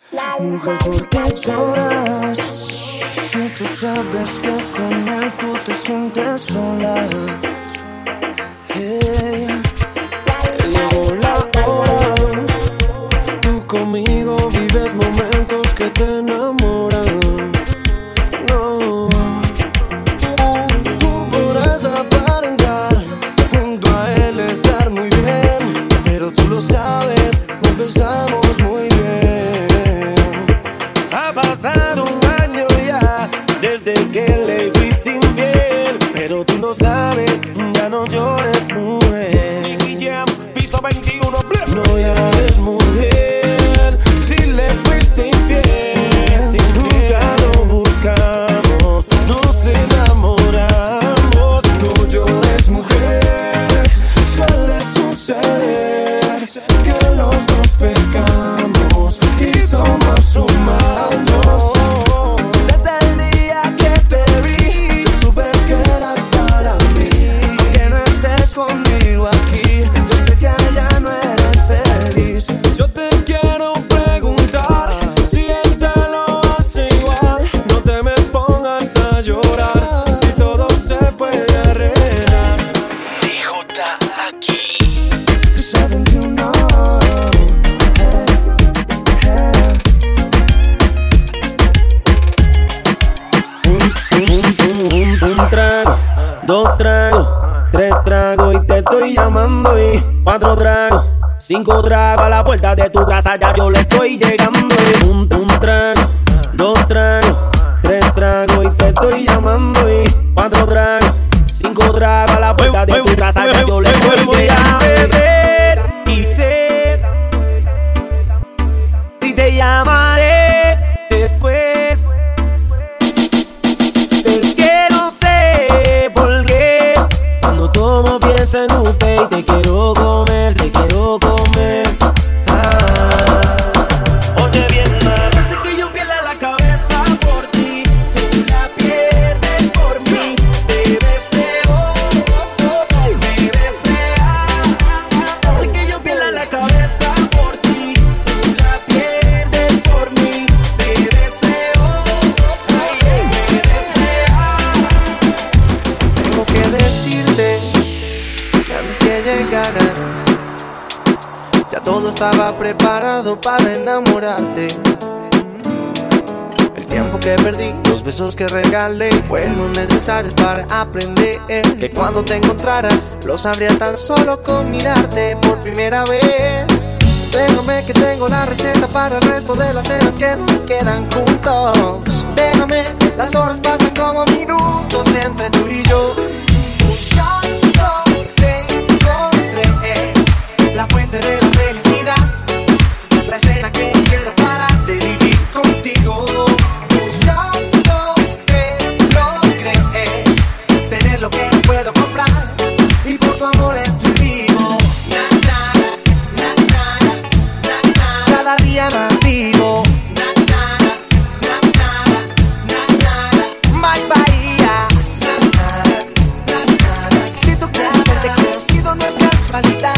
Mujer, ¿por qué lloras? Si tú sabes que con él tú te sientes sola. Hey. Llegó la hora. Tú conmigo vives momentos que te enamoran. No. Tú podrás aparentar junto a él estar muy bien, pero tú lo sabes, no pensamos muy bien. Ha pasado un año ya desde que le fuiste infiel, pero tú lo sabes, ya no llores, mujer. Nicky Jam, piso 21, no llores, mujer. Si le fuiste infiel, nunca lo buscamos, nos enamoramos. No llores, mujer, suele suceder que los dos pecamos y somos humanos. Desde el día que te vi, supe que eras para mí. Aunque no estés conmigo aquí, yo sé que allá no eres feliz. Yo te quiero preguntar si él te lo hace igual. No te me pongas a llorar, si todo se puede arreglar. DJ aquí. 71. Un trago, 2 tragos, 3 tragos y te estoy llamando y 4 tragos, 5 tragos a la puerta de tu casa ya yo le estoy llegando y un trago, 2 tragos, 3 tragos y te estoy llamando y 4 tragos, 5 tragos a la puerta de tu casa ya yo le estoy llegando. Beber y ser y te llamaré después. Es que no sé por qué cuando tomo pienso en usted y te quiero comer, te quiero comer. Oye bien, hace que yo pierda la cabeza por ti, tú la pierdes por mí. Te deseo, me deseas. Hace que yo pierda la cabeza por ti, tú la pierdes por mí. Te deseo, me deseas. Tengo que decirte que antes que llegaras ya todo estaba preparado para enamorarte. El tiempo que perdí, los besos que regalé fueron necesarios para aprender que cuando te encontrara lo sabría tan solo con mirarte por primera vez. Déjame que tengo la receta para el resto de las cenas que nos quedan juntos. Déjame, las horas pasan como minutos entre tú y yo. Buscando te encontré la fuente de la felicidad, la escena que quiero parar de vivir contigo. Buscando te logré tener lo que no puedo comprar y por tu amor estoy vivo. Cada día más vivo. My Bahía. Si tú crees que te he conocido no es casualidad.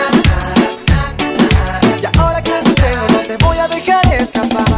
Y ahora que te tengo no te voy a dejar escapar.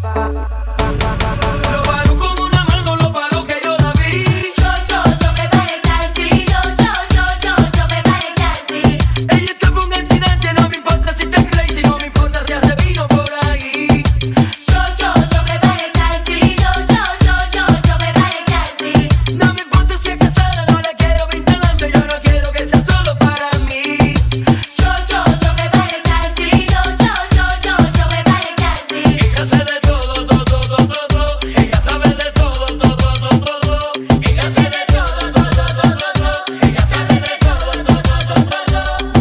Lo paro como una mano, lo paro que yo la vi. Yo me parece así. Yo me parece así. Ella está por un accidente, no me importa si te crees, si no me importa si hace vino por ahí. Yo me parece así. Yo me parece así. No me importa si es casada, no la quiero vinculando, yo no quiero que sea solo para mí. Yo me parece así. Yo me parece así. Ella sabe de todo, todo. Ella sabe de todo, todo. Ella sabe de todo. Ella sabe de todo.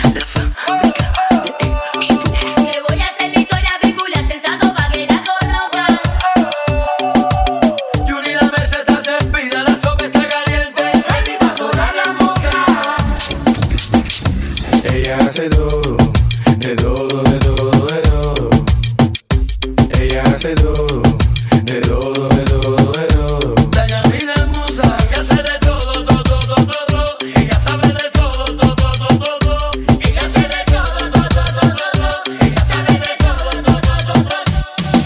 Le voy a hacer la historia vincular sensato pa' que la conozcan. Yuri, la mesa está servida, la sopa está caliente. Ready pa' sonar la moca. Ella hace todo, de todo, de todo, de todo. Ella hace todo, de todo, de todo, de todo. La Yamila es musa, ella hace de todo. Ella sabe de todo. Ella sabe de todo. Ella sabe de todo.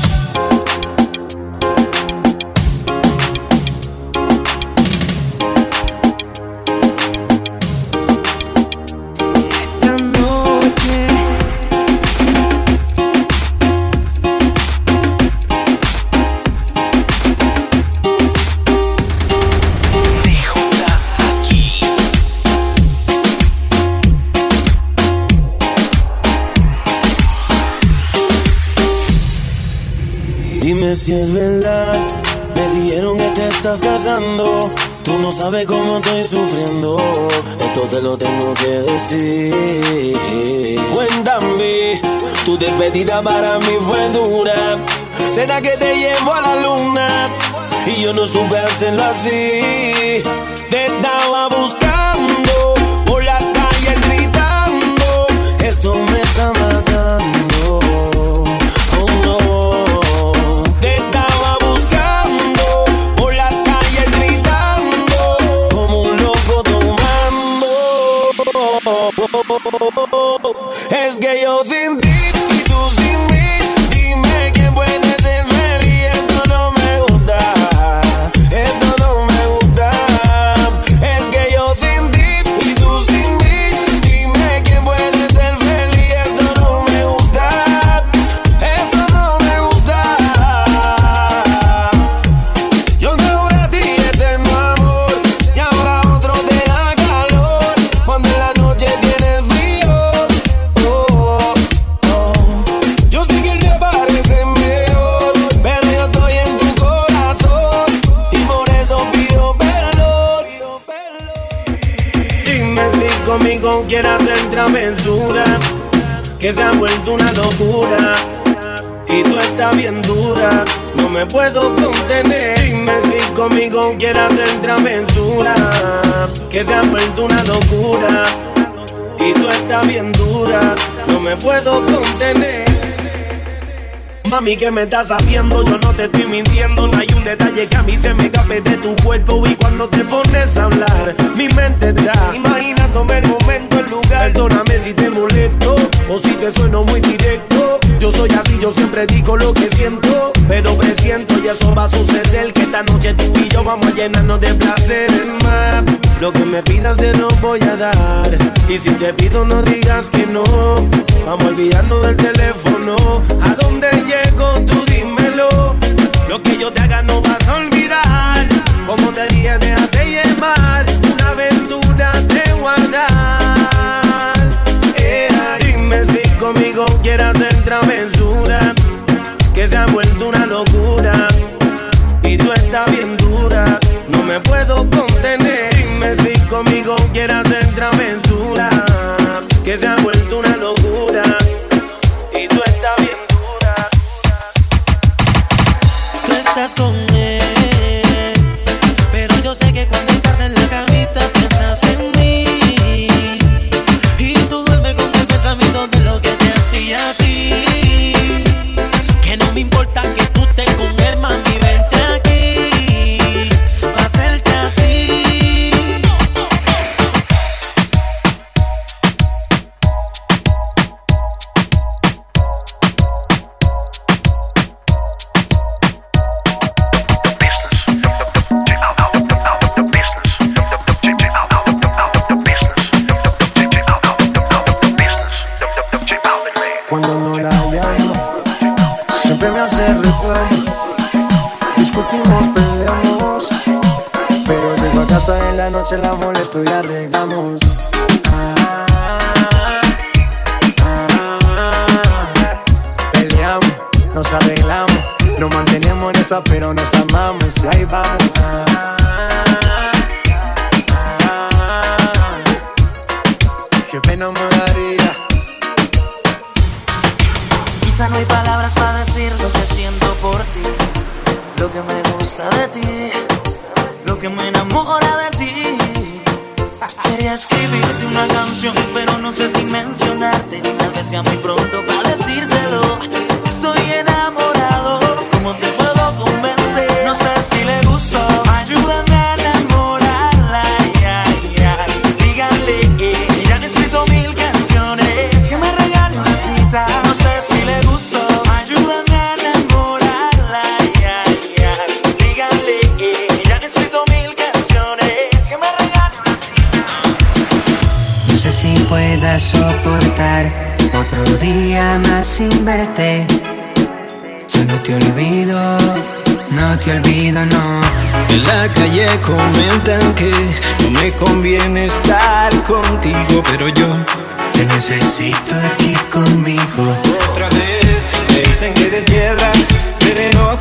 Dime si es verdad, me dijeron que te estás casando. Tú no sabes cómo estoy sufriendo, esto te lo tengo que decir. Cuéntame, tu despedida para mí fue dura. ¿Será que te llevo a la luna? Y yo no supe hacerlo así. Te estaba buscando por las calles gritando, esto me está matando. Oh no. Te estaba buscando por las calles gritando, como un loco tomando. Es que yo sin ti y tú sin mí, dime quién puede ser feliz. Esto no me gusta, esto no me gusta. Es que yo sin ti y tú sin mí, dime quién puede ser feliz. Esto no me gusta, eso no me gusta. Yo te voy a ti eterno amor, y ahora otro te da calor, cuando en la noche tienes frío. Yo sé que él te parece mejor, pero yo estoy en tu corazón y por eso pido perdón. Dime si conmigo quieres hacer travesura, que se ha vuelto una locura y tú estás bien dura, no me puedo contener. Dime si conmigo quieres hacer travesura, que se ha vuelto una locura y tú estás bien dura, no me puedo contener. Mami, ¿qué me estás haciendo? Yo no te estoy mintiendo. No hay un detalle que a mí se me escape de tu cuerpo. Y cuando te pones a hablar, mi mente está imaginándome el momento, el lugar. Perdóname si te molesto o si te sueno muy directo. Yo soy así, yo siempre digo lo que siento, pero presiento y eso va a suceder, que esta noche tú y yo vamos a llenarnos de placeres más. Lo que me pidas te lo voy a dar, y si te pido no digas que no. Vamos a olvidarnos del teléfono. ¿A dónde llego? Tú dímelo. Lo que yo te haga no vas a olvidar. Como te dije, déjate llevar, una aventura de guardar. Dime si conmigo quieres hacer travesura, que se ha vuelto una locura y tú estás bien dura, no me puedo contener. Dime si conmigo quieres hacer travesura, que se ha vuelto una locura y tú estás bien dura. Tú estás con él, pero yo sé que cuando estás en la camita piensas en mí, y tú duermes con el pensamiento de lo que te hacía a ti. Que no me importa que tú estés con él, mami, vente aquí pa' hacerte así. Cuando no la llamo, siempre me hace reclamo. Discutimos, peleamos, pero llego a casa en la noche, la molesto y arreglamos. Peleamos, nos arreglamos, nos mantenemos en esa, pero nos amamos y ahí vamos. Qué pena me daría. Quizá no hay palabras para decir lo que siento por ti, lo que me gusta de ti, lo que me enamora de ti. Quería escribirte una canción, pero no sé si mencionarte, tal vez sea muy pronto para decírtelo. Estoy enamorado, ¿cómo te puedo convencer? No sé si le gustó, ayúdame a enamorarla, díganle, ella han escrito 1000 canciones, que me regale una cita. No sé si le gustó, ayúdame a enamorarla, díganle, ella han escrito 1000 canciones, que me regale una cita. No sé si puedas soportar otro día más sin verte. Yo no te olvido, no te olvido, no. En la calle comentan que no me conviene estar contigo, pero yo te necesito aquí conmigo. otra vez me dicen que eres tierra venenosa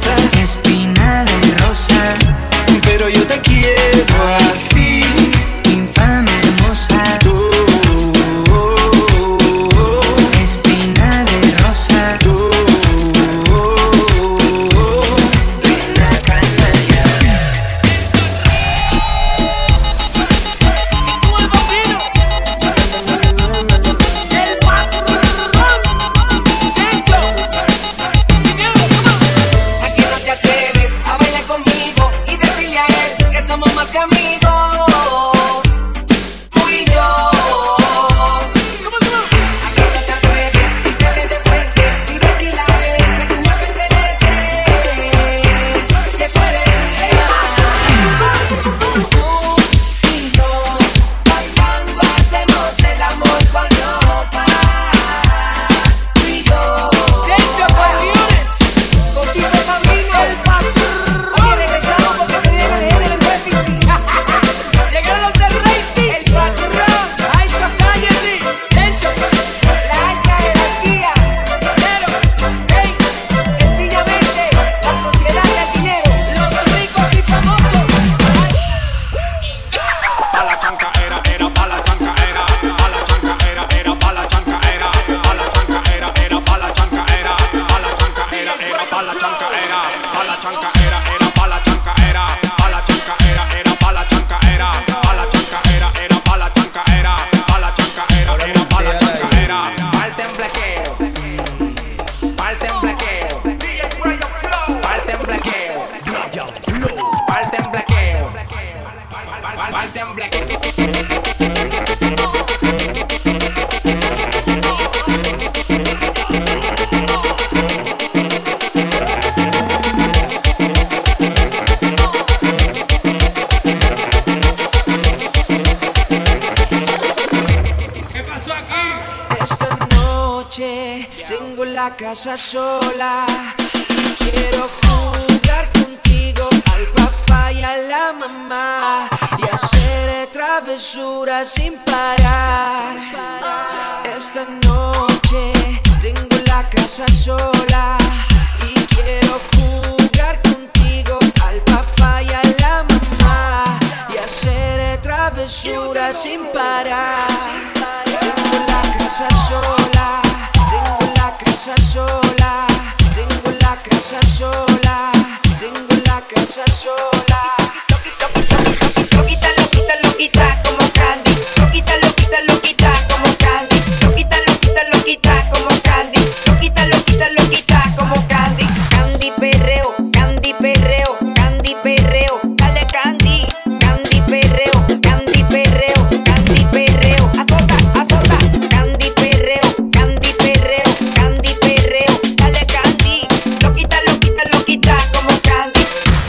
casa sola y quiero jugar contigo al papá y a la mamá y hacer travesuras sin parar. Esta noche tengo la casa sola y quiero jugar contigo al papá y a la mamá y hacer travesuras sin parar. Tengo la casa sola, tengo la casa sola, tengo la casa sola, tengo la casa sola. Loquita, loquita, loquita como Candy. Loquita, loquita, loquita como Candy. Loquita, loquita, loquita como Candy. Loquita, loquita, loquita como Candy. Candy perreo, Candy perreo, Candy perreo. Dale Candy, Candy perreo, Candy perreo, Candy perreo. Azota, azota. Candy perreo, Candy perreo, Candy perreo. Dale Candy. Loquita, loquita, loquita como Candy.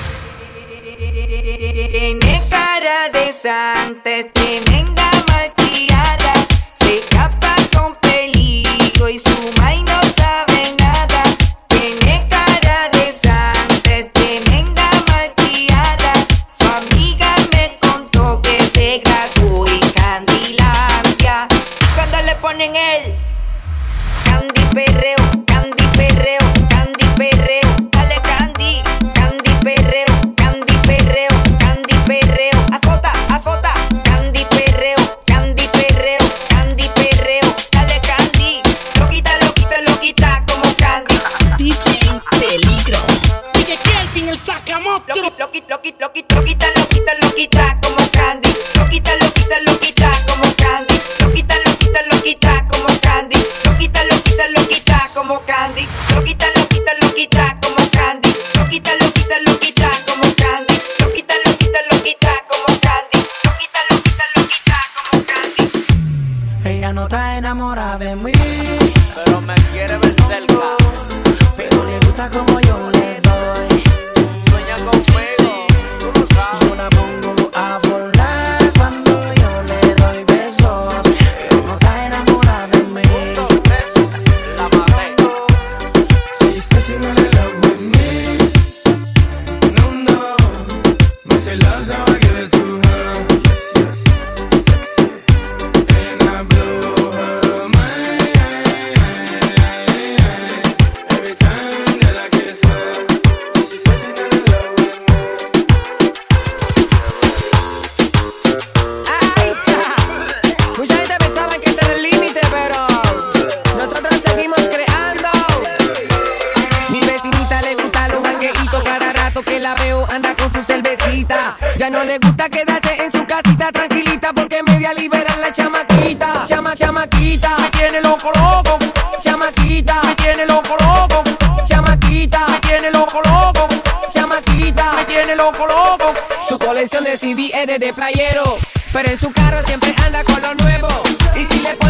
Tiene cara de santa, es tremenda malcriada. Se escapa con peligro y su maíz no sabe nada. Tiene cara de santa, es tremenda malcriada. Su amiga me contó que se graduó en Candylandia. Cuando le ponen el Candy perreo, Candy perreo, Candy perreo. Dale Candy, Candy perreo, Candy perreo, Candy perreo. Azota, azota. Candy perreo, Candy perreo, Candy perreo. Dale Candy. Loquita, loquita, loquita como Candy. DJ Peligro. DJ Kelvin, el sacamoto. Loquita, loquita, loquita, loquita, loquita, loquita como Candy. Loquita, loquita, loquita como Candy. Loquita, loquita, loquita como Candy. Loquita, loquita, loquita como Candy. Loquita, loquita, loquita como Candy. Loquita, loquita, loquita como Candy. Loquita, loquita, loquita como Candy. Loquita, loquita, loquita como Candy. Ella no está enamorada de mí, pero me quiere ver cerca. pero le gusta como yo le doy. Sueña conmigo, tú lo sabes. Yo la pongo a volar cuando yo le doy besos. Ella no está enamorada de mí. La maté. She said she not in love with me. No, no. But she loves how I give it to her. Yes, yes. And I blow her mind every time that I kiss her. She says she's not in love with me. Ay, mucha gente pensaba que este era el límite, pero nosotros seguimos creando. Mi vecinita le gusta los jangueitos, cada rato que la veo anda con su cervecita. Ya no le gusta quedarse en su casita tranquilita porque media liberan la chamaquita. Chamaquita, Me tiene loco, loco. chamaquita, Me tiene loco, loco. chamaquita, Me tiene loco, loco. chamaquita. Me tiene loco, loco. Su colección de CD es de playero, pero en su carro siempre anda con lo nuevo. Y si le